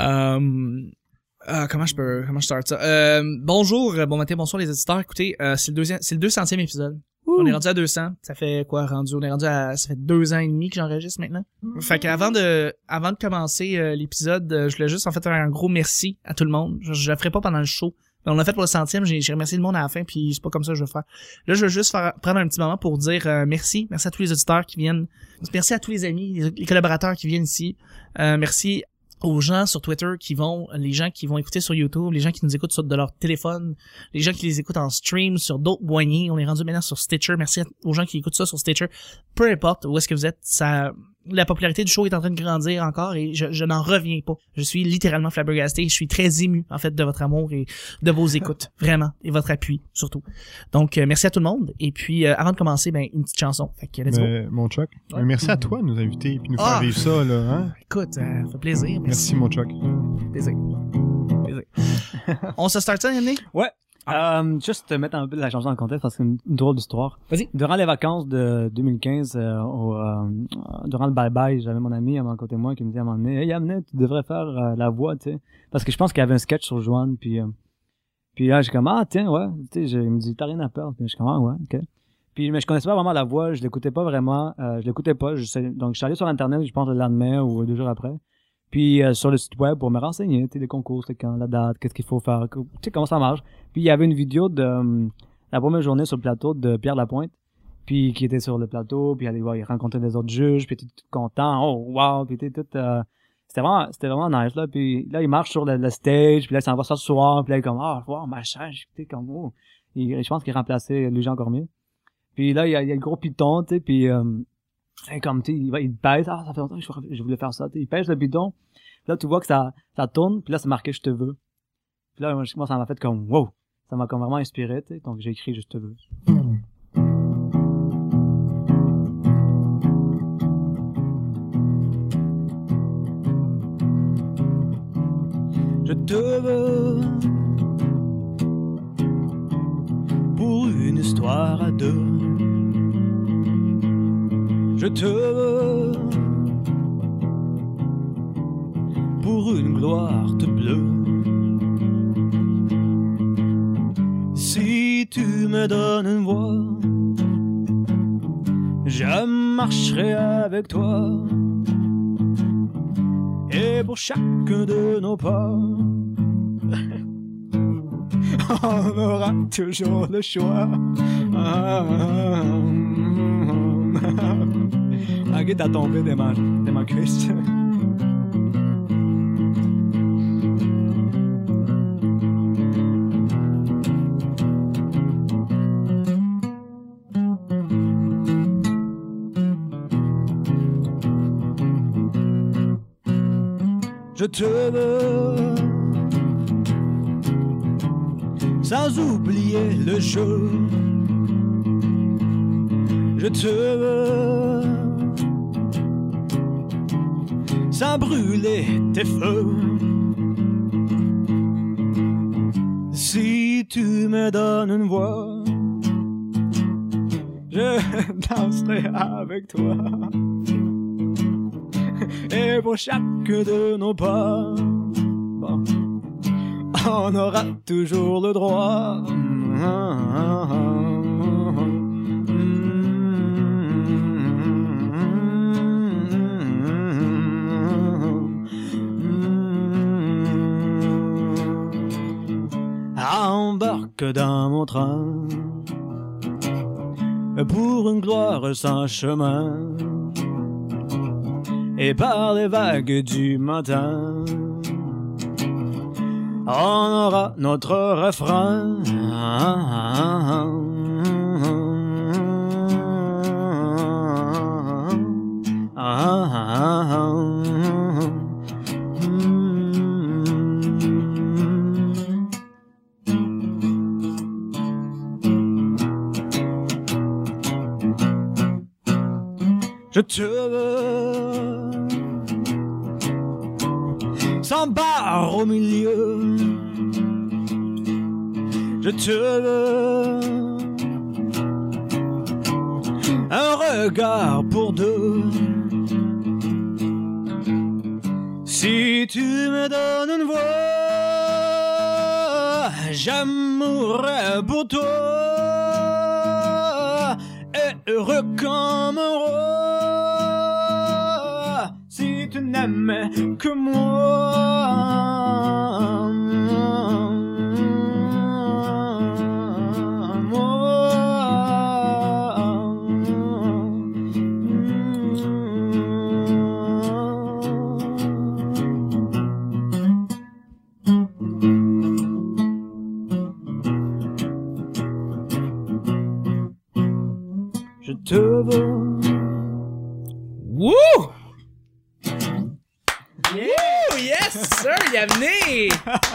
Comment je start ça? Bonjour, bon matin, bonsoir les auditeurs. Écoutez, c'est le 200e épisode. On est rendu à 200. Ça fait quoi rendu? Ça fait 2 ans et demi que j'enregistre maintenant. Fait qu'avant de commencer l'épisode, je voulais juste en fait faire un gros merci à tout le monde. Je le ferai pas pendant le show. On l'a fait pour le 100e, j'ai remercié le monde à la fin, puis c'est pas comme ça que je veux faire. Là, je veux juste prendre un petit moment pour dire merci à tous les auditeurs qui viennent, merci à tous les amis, les collaborateurs qui viennent ici, merci aux gens sur Twitter les gens qui vont écouter sur YouTube, les gens qui nous écoutent de leur téléphone, les gens qui les écoutent en stream sur d'autres moyens. On est rendu maintenant sur Stitcher. Merci aux gens qui écoutent ça sur Stitcher. Peu importe où est-ce que vous êtes, la popularité du show est en train de grandir encore et je n'en reviens pas. Je suis littéralement flabbergasté et je suis très ému, en fait, de votre amour et de vos écoutes. Vraiment. Et votre appui, surtout. Donc, merci à tout le monde. Et puis, avant de commencer, une petite chanson. Fait que, let's go. Mon Chuck. Ouais. Merci à toi de nous inviter et puis nous faire vivre ça, là, hein? Écoute, ça fait plaisir. Merci, mon Chuck. Plaisir. On se start ça, Yannick? Ouais. Juste mettre un peu la chanson en contexte parce que c'est une drôle d'histoire. Vas-y. Durant les vacances de 2015, durant le bye-bye, j'avais mon ami à mon côté de moi qui me dit à un moment donné, hey, Amnet, tu devrais faire la voix, tu sais. Parce que je pense qu'il y avait un sketch sur Joanne, puis là, j'ai comme, tiens, ouais. Tu sais, il me dit, t'as rien à perdre. Puis je suis comme, ouais, ok. Puis, mais je connaissais pas vraiment la voix, je l'écoutais pas vraiment, donc je suis allé sur Internet, je pense le lendemain ou 2 jours après. Puis sur le site web pour me renseigner, tu sais, les concours, c'est quand, la date, qu'est-ce qu'il faut faire, tu sais comment ça marche. Puis il y avait une vidéo de la première journée sur le plateau de Pierre Lapointe, puis qui était sur le plateau, puis il rencontrait des autres juges, puis il était tout content, oh wow, puis il était tout c'était vraiment nice là. Puis là il marche sur le stage, puis là il s'en va s'asseoir, puis là il est comme wow, machin, j'étais comme oh. Je pense qu'il remplaçait les gens encore mieux. Puis là il y a le gros piton, tu sais, puis c'est comme, tu sais, il pèse, ça fait longtemps que je voulais faire ça, tu sais, il pèse le bidon, là, tu vois que ça tourne, puis là, c'est marqué « Je te veux ». Puis là, moi, ça m'a fait comme « Wow ». Ça m'a comme vraiment inspiré, tu sais, donc j'ai écrit « Je te veux ». Je te veux pour une histoire à deux. Je te veux pour une gloire toute bleue. Si tu me donnes une voix, je marcherai avec toi. Et pour chacun de nos pas, on aura toujours le choix. Ma guide a tombé de ma cuisse. Je te veux, sans oublier le jeu. Je te veux, sans brûler tes feux. Si tu me donnes une voix, je danserai avec toi. Et pour chacun de nos pas, bon, on aura toujours le droit. Embarque dans mon train pour une gloire sans chemin. Et par les vagues du matin, on aura notre refrain. Je te veux, sans barre au milieu. Je te veux, un regard pour deux. Si tu me donnes une voix, j'aimerais pour toi, et heureux comme un roi, si tu n'aimais que je te veux. Wouh! Wouh! Yes, sir! Il est venu!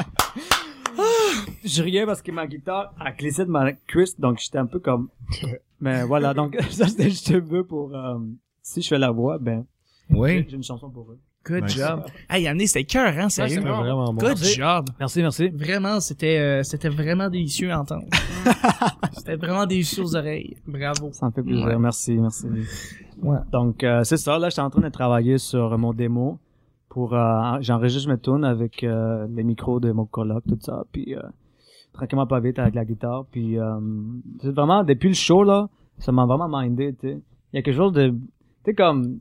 Je riais parce que ma guitare a glissé de ma cuisse, donc j'étais un peu comme... Mais voilà, donc ça c'était je te veux pour... si je fais la voix, ben... Oui. J'ai une chanson pour eux. Good Nice. job. Hey, Yannick, c'était cœur, hein, sérieux? C'était vraiment bon. Good job. Merci, merci. Vraiment, c'était vraiment délicieux à entendre. C'était vraiment délicieux aux oreilles. Bravo. Ça me fait plaisir, Ouais. merci. Ouais. Donc, c'est ça, là, j'étais en train de travailler sur mon démo pour... j'enregistre mes tunes avec les micros de mon coloc, tout ça, puis tranquillement pas vite avec la guitare, puis c'est vraiment, depuis le show, là, ça m'a vraiment mindé, tu sais. Il y a quelque chose de... Tu sais, comme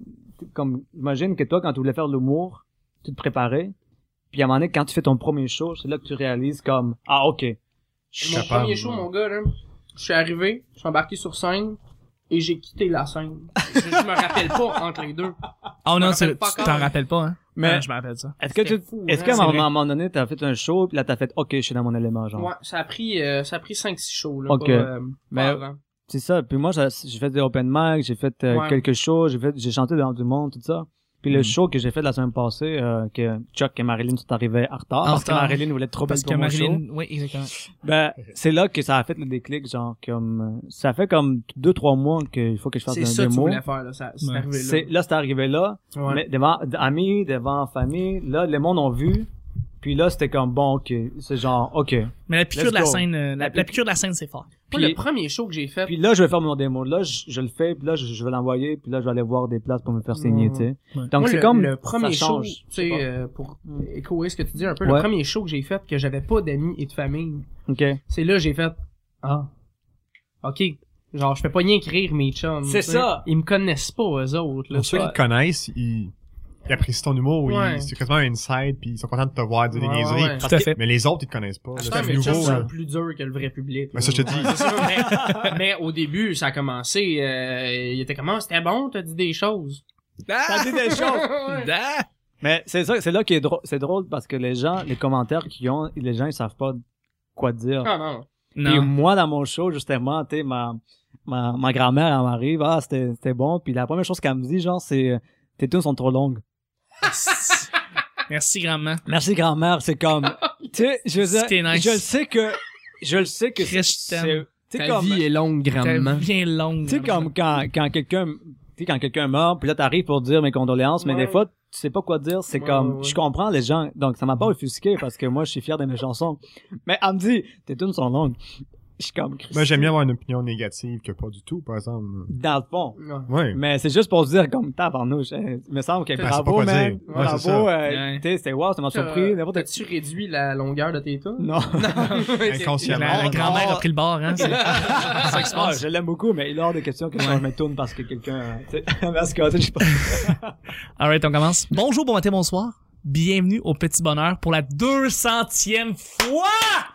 imagine que toi, quand tu voulais faire de l'humour, tu te préparais, puis à un moment donné, quand tu fais ton premier show, c'est là que tu réalises comme, ah, ok. Mon premier show, mon gars, là, je suis arrivé, je suis embarqué sur scène, et j'ai quitté la scène. Je me rappelle pas entre les deux. Oh non, me tu rappelle pas t'en encore. rappelle pas, hein? Mais- Ouais, je me rappelle ça. Est-ce que C'était tu, fou, est-ce hein, qu'à c'est vrai. un moment donné, t'as fait un show, puis là, t'as fait, ok, je suis dans mon élément, genre. Ouais, ça a pris 5-6 shows, là, Ok. pas Mais- avant. C'est ça. Puis moi, j'ai fait des open mic, j'ai fait Ouais. quelques shows, j'ai chanté devant du monde, tout ça. Puis le Mm. show que j'ai fait la semaine passée, que Chuck et Marilyn sont arrivés en retard, En parce que retard. Marilyn voulait être trop belle Parce pour que mon show. Marilyn, oui, exactement. Ben, c'est là que ça a fait le déclic, genre, comme, ça fait comme 2-3 mois qu'il faut que je fasse C'est un ça que tu démo. voulais faire, là. C'est Ouais. arrivé là. Là, c'est arrivé là, Ouais. mais devant amis, devant famille, là, le monde ont vu. Puis là, c'était comme, bon, ok, c'est genre, ok. Mais la piqûre Let's de la go. scène, la piqûre de la scène, c'est fort. Moi, Puis- le premier show que j'ai fait, Puis là, je vais faire mon démo. Là, je le fais, puis là, je vais l'envoyer, puis là, je vais aller voir des places pour me faire signer, Ouais. tu sais. Ouais. Donc, moi, c'est le, comme, le premier ça show, change. tu sais, pour échoer ce que tu dis un peu, Ouais. le premier show que j'ai fait, que j'avais pas d'amis et de famille, Ok. c'est là que j'ai fait, ah, ok. Genre, je fais pas rien écrire mes chums. C'est tu sais. ça. Ils me connaissent pas, eux autres, là. Pour ceux qui te connaissent, ils apprécient ton humour, Ouais. c'est quasiment un inside, puis ils sont contents de te voir dire des Ouais, niaiseries. ouais. Tout à fait. Mais les autres, ils te connaissent pas. Là, Putain, c'est mes chums nouveau, sont là. plus durs que le vrai public. Ben, ça, je te dis. Ouais, c'est ça, mais au début, ça a commencé, il était comment? C'était bon, t'as dit des choses. T'as dit des choses. Ouais. Ah! Mais c'est ça, c'est là qui est drôle. C'est drôle parce que les gens, les commentaires qu'ils ont, les gens, ils savent pas quoi dire. Ah non. Et Non. moi, dans mon show, justement, tu sais, ma grand-mère, elle m'arrive, ah, c'était bon. Puis la première chose qu'elle me dit, genre, c'est, tes tunes sont trop longues. Merci, grandement. Merci, grand-mère, c'est comme, tu sais, je veux dire, C'était nice. je le sais que Chris, je t'aime. tu sais, Ta comme, vie est longue, T'es grandement. bien longue. tu sais, comme quand quelqu'un, tu sais, quand quelqu'un meurt, puis là, t'arrives pour dire mes condoléances, mais Ouais. des fois, tu sais pas quoi dire, c'est Ouais, comme, ouais. je comprends les gens, donc ça m'a pas offusqué parce que moi, je suis fier de mes chansons. Mais elle me dit, tes tunes sont longues. Je suis comme, Moi, j'aime bien avoir une opinion négative que pas du tout, par exemple. dans le fond. Ouais. Ouais. Mais c'est juste pour se dire, comme, tabarnouche, il me semble que Ben, c'est pas bravo, quoi man. dire. Ouais, Bravo, c'est ça. Ouais. tu sais, c'était wow, ça m'a surpris, n'importe T'as-tu réduit la longueur de tes tunes? Non. Inconsciemment. La grand-mère a pris le bord, hein. C'est ça qui se Ah, passe. je l'aime beaucoup, mais il est hors de question que je change mes tunes parce que quelqu'un, tu sais, parce que, tu sais, je sais pas. Alright, on commence. Bonjour, bon matin, bonsoir. Bienvenue au Petit Bonheur pour la 200e fois!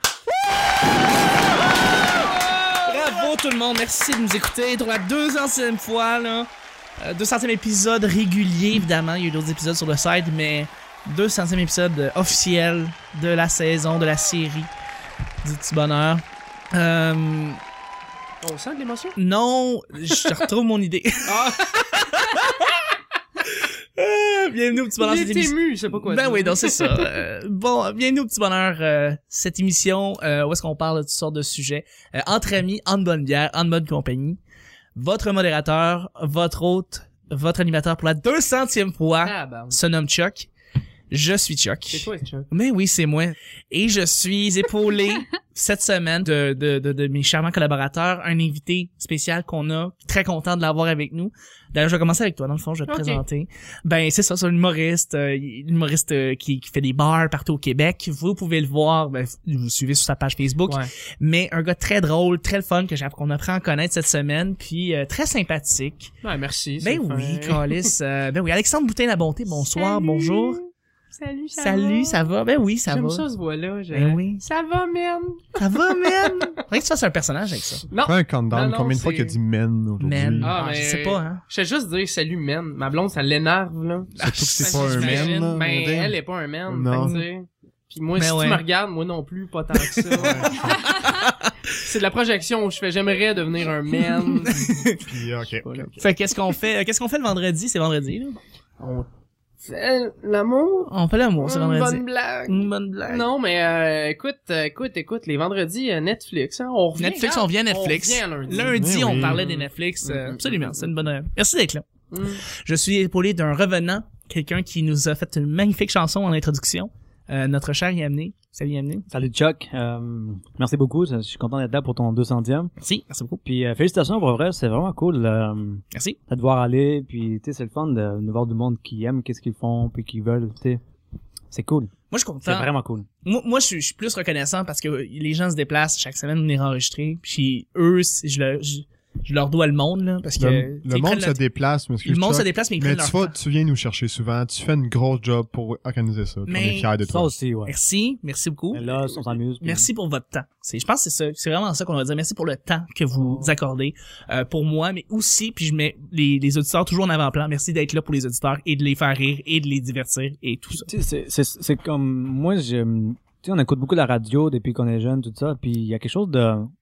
Bravo tout le monde, merci de nous écouter pour la 200e fois, là. 200e épisode régulier, évidemment. Il y a eu d'autres épisodes sur le site, mais 200e épisode officiel de la saison, de la série du Petit Bonheur. On sent de l'émotion? Non, je retrouve mon idée. Ah, Bienvenue au Petit Bonheur. il cette est émission. ému, c'est pas quoi Ben dire. oui, donc c'est ça. Bon, bienvenue au Petit Bonheur, cette émission où est-ce qu'on parle de toutes sortes de sujets entre amis, en bonne bière, en bonne compagnie. Votre modérateur, votre hôte, votre animateur pour la 200e fois Ah, ben. se nomme Chuck. Je suis Chuck. C'est toi, Chuck. Mais oui, c'est moi. Et je suis épaulé cette semaine de mes charmants collaborateurs, un invité spécial qu'on a, très content de l'avoir avec nous. D'ailleurs, je vais commencer avec toi, dans le fond, je vais te présenter. Ben, c'est ça, c'est un humoriste, qui fait des bars partout au Québec. Vous pouvez le voir, ben, vous suivez sur sa page Facebook. Ouais. Mais un gars très drôle, très le fun, qu'on apprend à connaître cette semaine, puis très sympathique. Ouais, merci. Ben oui, Calice. Ben oui, Alexandre Boutin-Labonté, bonsoir, Salut. bonjour. Salut, ça va? Ben oui, ça va. J'aime ça, ce voix-là. Ben oui. Ça va, man. Ça va, man? Faudrait que tu fasses un personnage avec ça. Non. Fais un countdown. Non, Combien de fois c'est- qu'il a dit men aujourd'hui? Man. Ah, Ah, mais- je sais pas, hein. Je sais juste dire salut, man. Ma blonde, ça l'énerve, là. Surtout que c'est Parce pas que un j'imagine, men, là. Ben, madame. elle est pas un man. Non. fait que, tu sais. Puis moi, Ben si ouais. tu me regardes, moi non plus, pas tant que ça. C'est de la projection où je fais j'aimerais devenir un man. Puis, ok. Fait qu'est-ce qu'on fait le vendredi? C'est vendredi, là. On fait l'amour. On fait l'amour, c'est Une vendredi. bonne blague. Une bonne blague. Non, mais écoute, les vendredis, Netflix, hein, on revient. Netflix, on vient à Netflix. On revient lundi. Lundi, Oui, on oui. parlait des Netflix. Absolument, c'est une bonne... Merci d'être là. Mm. Je suis épaulé d'un revenant, quelqu'un qui nous a fait une magnifique chanson en introduction. Notre cher Yamné. Salut Yamné. Salut Chuck, merci beaucoup, je suis content d'être là pour ton 200e. Merci beaucoup. Puis félicitations pour vrai, c'est vraiment cool Merci. de te voir aller, puis tu sais c'est le fun de voir du monde qui aime qu'est-ce qu'ils font, puis qui veulent, tu sais. C'est cool, Moi, je suis c'est content. vraiment cool. Moi, je suis plus reconnaissant parce que les gens se déplacent chaque semaine venir enregistrer. Puis eux, je leur dois le monde, là, parce que... Le ils monde prennent se déplace, mais Le monde se déplace, mais ils mais prennent tu leur vas, temps. tu viens nous chercher souvent. Tu fais une grosse job pour organiser ça. puis Mais- on est fiers de Ça toi. aussi, ouais. Merci beaucoup. Mais là, on s'amuse. puis- Merci pour votre temps. Je pense que c'est vraiment ça qu'on va dire. Merci pour le temps que vous accordez pour moi, mais aussi, puis je mets les auditeurs toujours en avant-plan. Merci d'être là pour les auditeurs et de les faire rire et de les divertir et tout ça. Tu sais, c'est comme moi, tu sais, on écoute beaucoup la radio depuis qu'on est jeune, tout ça, puis il y a quelque chose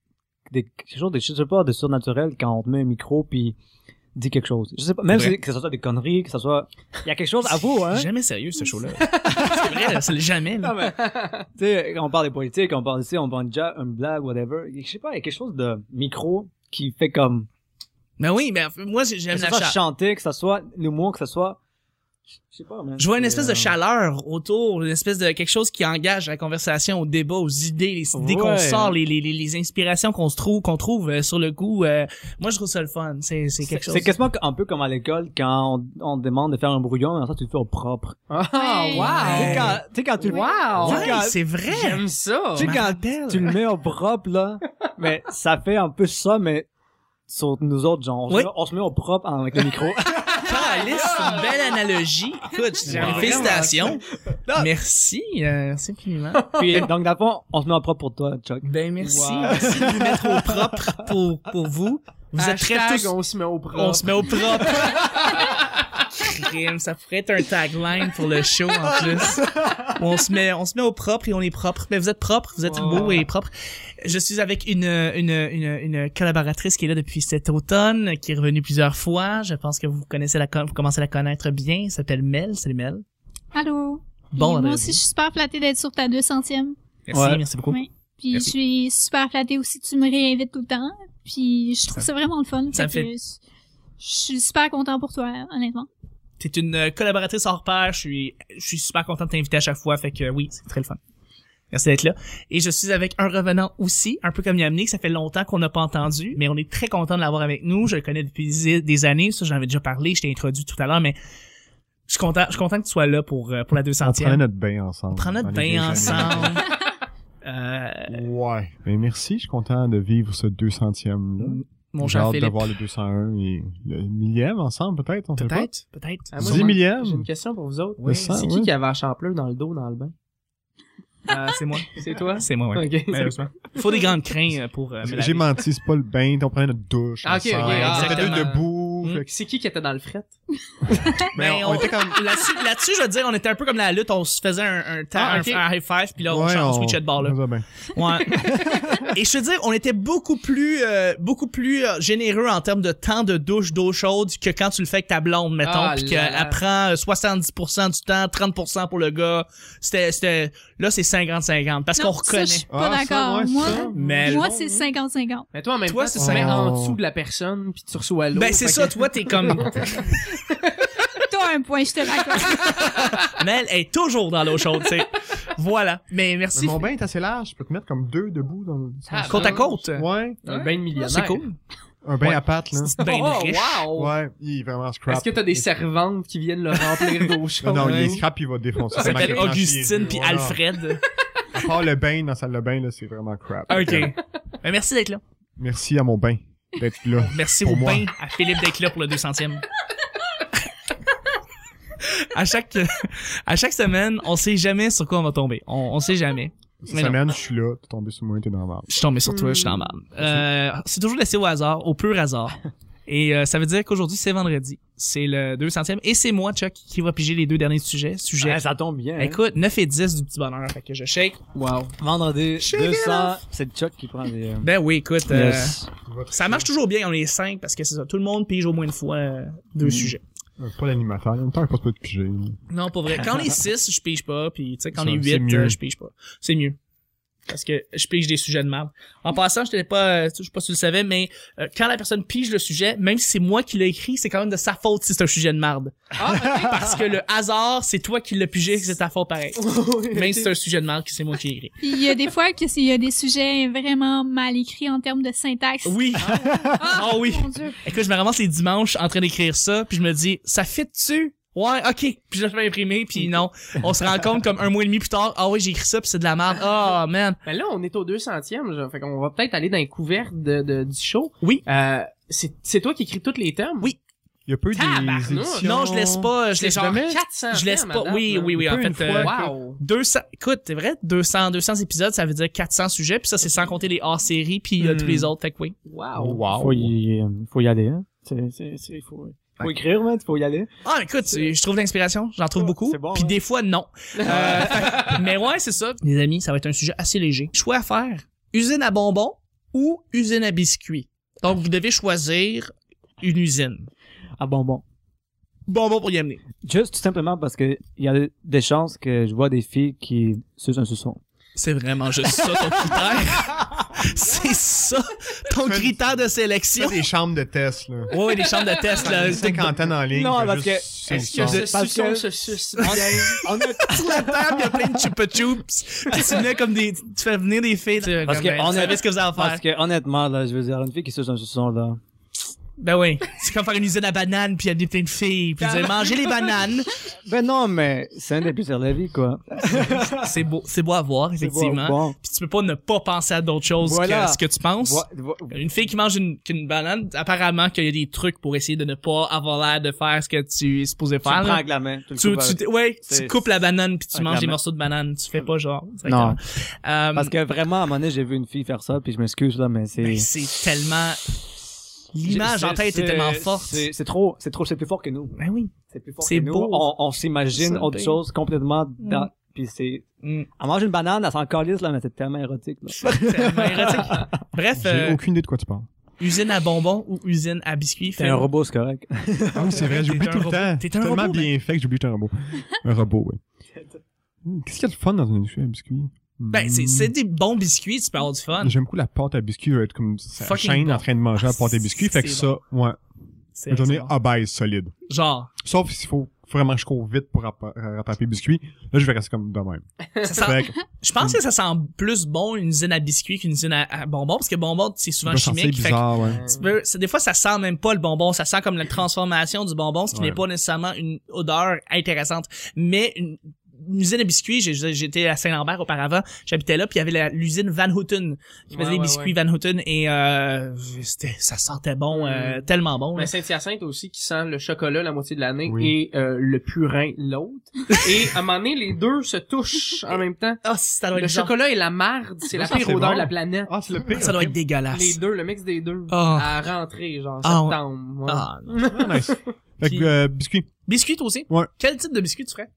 je sais pas, de surnaturel quand on te met un micro puis dit quelque chose. Je sais pas, même C'est vrai. si que ça soit des conneries, que ça soit, il y a quelque chose à vous, hein. C'est jamais sérieux ce show-là. C'est vrai, là, c'est jamais. Là. Non, mais, tu sais, quand on parle des politiques, on parle ici, on parle une blague, whatever. Je sais pas, il y a quelque chose de micro qui fait comme, Mais oui, mais moi j'aime que ça la soit chaleur. chanter, que ça soit l'humour, que ça soit, je sais pas, man. Je vois une espèce de C'est, chaleur autour, une espèce de quelque chose qui engage la conversation, au débat, aux idées, les idées qu'on Ouais. sort, les inspirations qu'on trouve sur le coup. Moi, je trouve ça le fun. C'est quelque chose. C'est quasiment un peu comme à l'école quand on te demande de faire un brouillon, mais ça tu le fais au propre. Ah, Ouais. Tu wow! sais quand tu le Wow! tu sais, Ouais, quand- c'est vrai. J'aime ça! tu sais, me quand rappelle. tu le mets au propre, là, mais ça fait un peu ça, mais sur nous autres, genre, Oui. on se met au propre avec le micro. Alice, c'est une belle analogie. Écoute, Wow. félicitations. Merci, c'est infiniment. Puis, donc, dans le fond, on se met au propre pour toi, Chuck. Ben merci, Wow. merci de vous mettre au propre pour vous. Vous êtes très Hashtag, tous. on se met au propre. On se met au propre. Crime, ça pourrait être un tagline pour le show en plus. On se met au propre et on est propre. Mais vous êtes propre, vous êtes Wow. beau et propre. Je suis avec une collaboratrice qui est là depuis cet automne, qui est revenue plusieurs fois. Je pense que vous commencez à la connaître bien. Elle s'appelle Mel. Salut Mel. Allô. Bon, Puis moi vendredi. aussi, je suis super flattée d'être sur ta 200e. Merci, Ouais. merci beaucoup. Oui. Puis Merci. je suis super flattée aussi que tu me réinvites tout le temps. Puis je trouve ça vraiment le fun. ça Fait me que je suis super content pour toi, honnêtement. T'es une collaboratrice hors pair. Je suis super content de t'inviter à chaque fois. Fait que oui, c'est très le fun. Merci d'être là. Et je suis avec un revenant aussi, un peu comme Yamné, que ça fait longtemps qu'on n'a pas entendu, mais on est très content de l'avoir avec nous. Je le connais depuis des années. Ça, j'en avais déjà parlé. Je t'ai introduit tout à l'heure, mais je suis content que tu sois là pour la On prenait 200e. notre bain ensemble. On prend notre dans les bain vieilles années. ensemble. Ouais. Mais merci, je suis content de vivre ce 200e là. Mon J'ai cher hâte de Philippe. voir le 201 et le 1000e ensemble, peut-être, on sait pas. Peut-être. Ah, moi, 10 j'ai- millième. J'ai une question pour vous autres. Oui. C'est Oui. qui avait la champleur dans le dos dans le bain? C'est moi. C'est toi? C'est moi, ouais. Ok. Malheureusement. Il faut des grandes crins pour me laver. J'ai menti, c'est pas le bain, on prenait notre douche. Ah, ok, ensemble. ok, ah, On était deux exactement. debout. Mm. fait que- C'est qui était dans le fret? Mais on était comme... là-dessus, je veux dire, on était un peu comme la lutte, on se faisait un ok. high five, puis là, on Ouais, switchait de bord, là. on faisait bien. Ouais. Et je veux dire, on était beaucoup plus généreux en termes de temps de douche d'eau chaude que quand tu le fais avec ta blonde, mettons, Ah puis là là. qu'elle prend 70% du temps, 30% pour le gars. Là, c'est 50-50, parce qu'on Non, ça, je reconnaît. suis pas Ah, ça, d'accord. ouais, Moi, ça. Mais moi bon, c'est 50-50. Mais toi, en même Toi, temps, c'est tu te mets ça. en dessous de la personne puis tu reçois l'eau. ben c'est Fait ça, que- toi, t'es comme... Toi, un point, je te raconte. Mais elle est toujours dans l'eau chaude, tu sais. Voilà. Mais merci. Mais mon bain est assez large, je peux te mettre comme 2 debout dans le... Côte à côte. Ouais. Un bain de millionnaire. C'est cool. Un bain Ouais. à pattes, là. C'est bien Oh, riche. wow! Ouais, il est vraiment scrap. Est-ce que t'as des servantes qui viennent le remplir d'eau chaude? Non, il est scrap, il va défoncer. Ça s'appelle Marqué Augustine tranquille. puis Voilà. Alfred. À part le bain dans la salle de bain, là, c'est vraiment crap. OK. Ben, merci d'être là. Merci à mon bain d'être là. Merci Pour au moi. bain à Philippe d'être là pour le 200e. à chaque semaine, on sait jamais sur quoi on va tomber. On sait jamais. Cette Mais non. semaine, je suis là, t'es tombé sur moi, t'es dans la merde. Je suis tombé sur toi, je suis dans la merde. C'est toujours laissé au hasard, au pur hasard. Et ça veut dire qu'aujourd'hui, c'est vendredi. C'est le 200e. Et c'est moi, Chuck, qui va piger les 2 derniers sujets. Ouais, ça tombe bien. hein. Écoute, 9 et 10 du petit bonheur. Fait que je shake. Wow. Vendredi, Shake it 200, c'est Chuck qui prend des... Ben oui, écoute, Yes. ça marche toujours bien, on est 5 parce que c'est ça. Tout le monde pige au moins une fois 2 sujets. Pas l'animateur, en même temps, il passe pas de piger. Non, pas vrai. Quand on est 6, je pige pas. Puis tu sais, quand on Ça, est c'est 8, mieux. je pige pas. C'est mieux. Parce que je pige des sujets de merde. En passant, je sais pas si tu le savais, mais quand la personne pige le sujet, même si c'est moi qui l'ai écrit, c'est quand même de sa faute si c'est un sujet de merde. Parce que le hasard, c'est toi qui l'as pigé, c'est ta faute pareil. Même si c'est un sujet de merde, que c'est moi qui l'ai écrit. Puis il y a des fois que il y a des sujets vraiment mal écrits en termes de syntaxe. Oui. Ah oui. Mon Dieu. Écoute, je me ramasse les dimanches en train d'écrire ça, puis je me dis, ça fit dessus? Ouais, ok. Puis je le fais imprimer, puis non. On se rend compte comme 1 mois et demi plus tard, ah oui, j'ai écrit ça, puis c'est de la merde. Ah, man. Mais là, on est au 200e, genre. Fait qu'on va peut-être aller dans les couvertes du show. Oui. C'est toi qui écris tous les termes? Oui. Il y a peu des Tabarnouche. éditions... Non, je laisse pas, je C'est laisse genre jamais. 400 Je laisse thèmes pas. à date, Oui, là. oui, en Peu une fait, fois. Wow. 200, écoute, c'est vrai, 200 épisodes, ça veut dire 400 sujets, puis ça, c'est sans compter les hors-séries, puis tous les autres, fait que oui. Wow. Faut y aller, hein. Faut écrire, man, faut y aller. Ah, écoute, je trouve l'inspiration, j'en trouve beaucoup, c'est bon, puis hein. des fois, non. Mais ouais, c'est ça. Les amis, ça va être un sujet assez léger. Choix à faire, usine à bonbons ou usine à biscuits. Donc, vous devez choisir une usine. Ah, bonbon. Bonbon pour y amener. Juste tout simplement parce que il y a des chances que je vois des filles qui sucent un suçon. C'est vraiment juste ça ton critère. C'est ça ton critère de sélection. C'est des chambres de test, là. Ouais, des chambres de test, là. Une cinquantaine en ligne. Non, fait parce juste que- c'est Est-ce le que son. ce Parce suçon que- se suce On a Sur la table, il y a plein de chupa chups. Puis tu venais comme des, tu fais venir des filles. Parce que on savait ce que vous allez faire. Parce que honnêtement, là, je veux dire, une fille qui suce un suçon, là. Ben oui. C'est comme faire une usine à bananes puis il y a des plein de filles. Puis dire, mangez les bananes. Ben non, mais c'est un des plaisirs de la vie, quoi. C'est beau à voir, effectivement. Bon. Puis tu peux pas ne pas penser à d'autres choses Voilà. que ce que tu penses. Une fille qui mange une banane, apparemment qu'il y a des trucs pour essayer de ne pas avoir l'air de faire ce que tu es supposé Tu le faire. prends là. avec la main. Tu le coupes avec- Ouais, tu C'est- coupes la banane puis tu avec manges la des main. morceaux de banane. Tu fais pas genre. Non. Euh, Parce que vraiment, à un moment donné, j'ai vu une fille faire ça, puis je m'excuse, là, mais c'est... ben, c'est tellement... L'image en tête est tellement forte. C'est trop, c'est plus fort que nous. Ben oui. C'est plus fort C'est que nous. beau. On s'imagine Ça, autre ben. chose complètement dans, puis c'est, Mm. elle mange une banane, elle s'en calisse, là, mais c'est tellement érotique, là. Tellement érotique. Bref, J'ai aucune idée de quoi tu parles. usine à bonbons ou usine à biscuits. C'est un robot, c'est correct. Ah oui, c'est vrai, j'oublie T'es tout un le robot. temps. T'es un Tellement robot, bien fait que j'oublie que t'es un robot. Un robot, oui. Qu'est-ce qu'il y a de fun dans une industrie à biscuits? Ben, c'est des bons biscuits, tu peux avoir du fun. J'aime beaucoup la pâte à biscuits, je vais être comme sa Fucking chaîne bon. en train de manger la pâte à biscuits, fait que C'est ça, ouais. C'est Une journée excellent. obèse, solide. Genre, Sauf s'il faut vraiment que je cours vite pour rattraper le biscuit. Là, je vais rester comme de même. ça sent, Fait que, je pense que ça sent plus bon une usine à biscuits qu'une usine à bonbons, parce que bonbons, c'est souvent ça sent chimique. Fait que bizarre, ouais. des fois, ça sent même pas le bonbon, ça sent comme la transformation du bonbon, ce qui Ouais. n'est pas nécessairement une odeur intéressante. Mais une usine à biscuits, j'étais à Saint-Lambert auparavant, j'habitais là, puis il y avait l'usine Van Houten qui faisait Ouais, des ouais, biscuits Van Houten et ça sentait bon, tellement bon. là. Mais Saint-Hyacinthe aussi qui sent le chocolat la moitié de l'année Oui. et le purin l'autre. Et à un moment donné, les deux se touchent en même temps. Ah, ça doit Le être genre- chocolat et la marde, c'est la Ça, pire c'est odeur bon. de la planète. Ah, c'est le pire. ça doit ok. être dégueulasse. Les deux, le mix des deux. Ah. À rentrer, genre Ah, ouais. septembre. Ouais. Ah, non. Ah, nice. Fait Puis- que, biscuit. Biscuits toi aussi? Ouais. Quel type de biscuit tu ferais?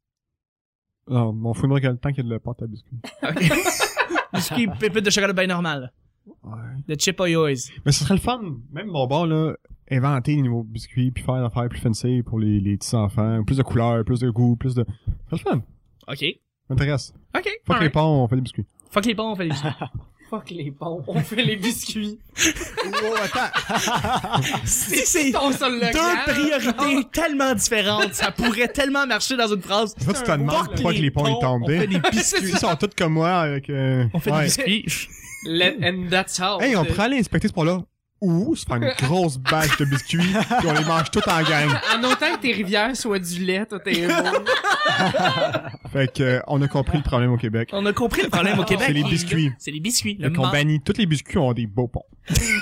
Non, mon fouille-moi quel temps qu'il y a de la pâte à biscuits. Ok. Biscuits pépites de chocolat bien normal. Ouais. De chip Oyo's. Mais ce serait le fun, même mon bord, là, inventer des nouveaux biscuits, puis faire l'affaire plus fancy pour les petits enfants. Plus de couleurs, plus de goût, plus de... Ce serait le fun. Ok. M'intéresse. Ok. Fuck les alright. ponts, on fait des biscuits. Fuck les ponts, on fait des biscuits. Fuck les ponts, on fait les biscuits. Oh, attends. C'est Ton seul deux local. priorités tellement différentes. Ça pourrait tellement marcher dans une phrase. Toi, tu te demandes pourquoi que les ponts ils tombent. On fait des biscuits. Ils sont tous comme moi avec... On fait des biscuits. And that's how. Hey, on prend aller inspecter ce pont-là. Ou se faire une grosse bâche de biscuits puis on les mange tous en gang. En autant que tes rivières soient du lait, toi t'es beau. Fait que on a compris le problème au Québec. On a compris le problème au Québec. C'est les biscuits. C'est les biscuits. Fait qu'on bannit tous les biscuits ont des beaux ponts.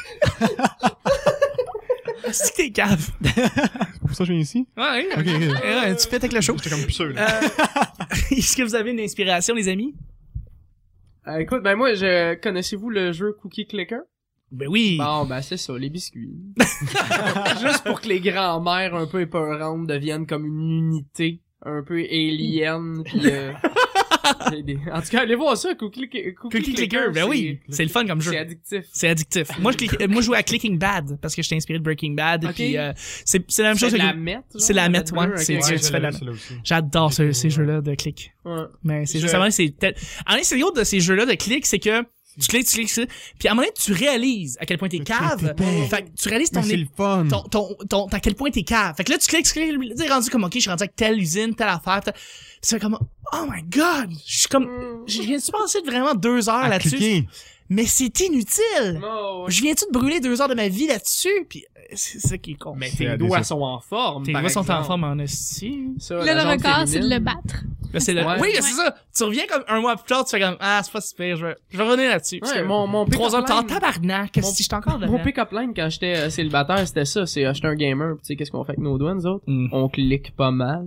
C'est que t'es cave. C'est pour ça que je viens ici? Ouais, Ok, ok. tu fais avec le show. J'étais comme plus sûr, là. Est-ce que vous avez une inspiration, les amis? Écoute, moi, connaissez-vous le jeu Cookie Clicker? Ben oui. Bon, c'est ça, les biscuits. Juste pour que les grands-mères un peu épeurantes deviennent comme une unité un peu alien pis en tout cas, allez voir ça, Cookie Clicker, ben oui. C'est le fun comme jeu. C'est addictif. C'est addictif. Moi, je jouais à Clicking Bad parce que j'étais inspiré de Breaking Bad. Okay. Puis c'est la même chose. C'est la mette. C'est la mette, ouais. C'est Ouais, tu fais la. J'adore ces jeux-là de click. Ouais. Mais c'est justement en c'est l'autre de ces jeux-là de click, c'est que tu cliques, puis à un moment donné, tu réalises à quel point t'es cave. Fait que tu réalises Mais c'est le fun. à quel point t'es cave. Fait que là, tu cliques, t'es rendu comme, ok, je suis rendu avec telle usine, telle affaire, c'est comme, oh my god, je suis comme, je viens de passer vraiment 2 heures là-dessus. Cliquer. Mais c'est inutile. Oh, ouais. Je viens-tu de brûler 2 heures de ma vie là-dessus, puis c'est ça qui est con. Mais C'est tes doigts sont en forme. Tes par doigts sont en exemple. forme en esti. Ça, Là, la le jambe record, c'est de féminine. le battre. Là, c'est le... Ouais. Oui, c'est ça. Tu reviens comme un mois plus tard, tu fais comme, c'est pas super, je vais revenir là-dessus. Parce Ouais, que mon 3 heures pick-up plus tard, line- tabarnak, qu'est-ce que je suis encore dedans? Mon pick-up line quand j'étais célibataire, c'était ça, c'est j'étais un gamer, tu sais qu'est-ce qu'on fait avec nos doigts nous autres? Mm. On clique pas mal.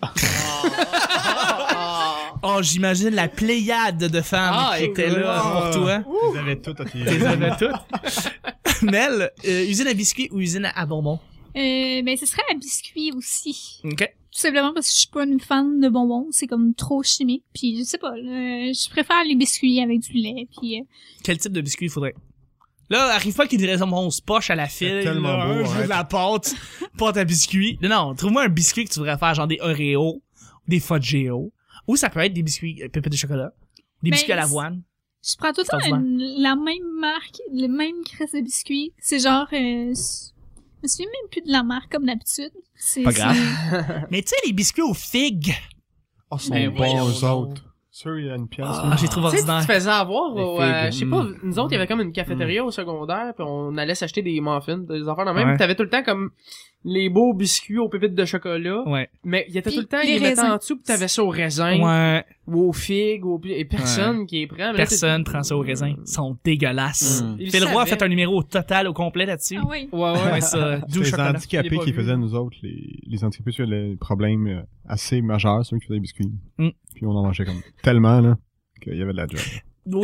Oh, j'imagine la pléiade de femmes qui étaient là pour toi. Ils avaient tout à tes... Ils avaient toutes. Mel, usine à biscuits ou usine à bonbons? Ce serait à biscuits aussi. OK. Tout simplement parce que je suis pas une fan de bonbons. C'est comme trop chimique. Puis je sais pas, je préfère les biscuits avec du lait. Puis Quel type de biscuit il faudrait? Là, arrive pas qu'il y ait des réponses poches à la file. C'est tellement là, beau, je veux arrête. de la pâte à biscuits. Non, trouve-moi un biscuit que tu voudrais faire, genre des Oreos, des Fudgeo. Ou ça peut être des biscuits pépites de chocolat. Des Ben, biscuits à l'avoine. je prends tout le temps ordinaire. la même marque, le même crème de biscuits. C'est genre, je me souviens même plus de la marque comme d'habitude. C'est Pas grave. Mais tu sais, les biscuits aux figues. Oh, ils sont Ben, bons, voyons eux donc. autres. Sûr, il y a une pièce. Ah, j'ai trouvé Tu sais, tu ordinaire. te faisais avoir, Les je figues. sais pas, nous autres, il y avait comme une cafétéria au secondaire, puis on allait s'acheter des muffins, des affaires de même, Ouais. pis t'avais tout le temps comme les beaux biscuits aux pépites de chocolat, Ouais. mais il y était Puis tout le temps, les ils mettaient raisins. en dessous, pis t'avais ça au raisin, Ouais. ou aux figues, et personne qui est prêt. Mais là, Personne prend ça au raisin. Ils sont dégueulasses. Mm. Il Phil Roy a savait. fait un numéro total au complet là-dessus. Ah oui. Ouais, Ouais, ça, C'est doux les chocolat. handicapés Je l'ai pas qui vu. faisaient, nous autres, les handicapés qui avaient des problèmes assez majeurs, ceux qui faisaient des biscuits. Mm. Puis on en mangeait comme tellement, là, qu'il y avait de la job. Oui.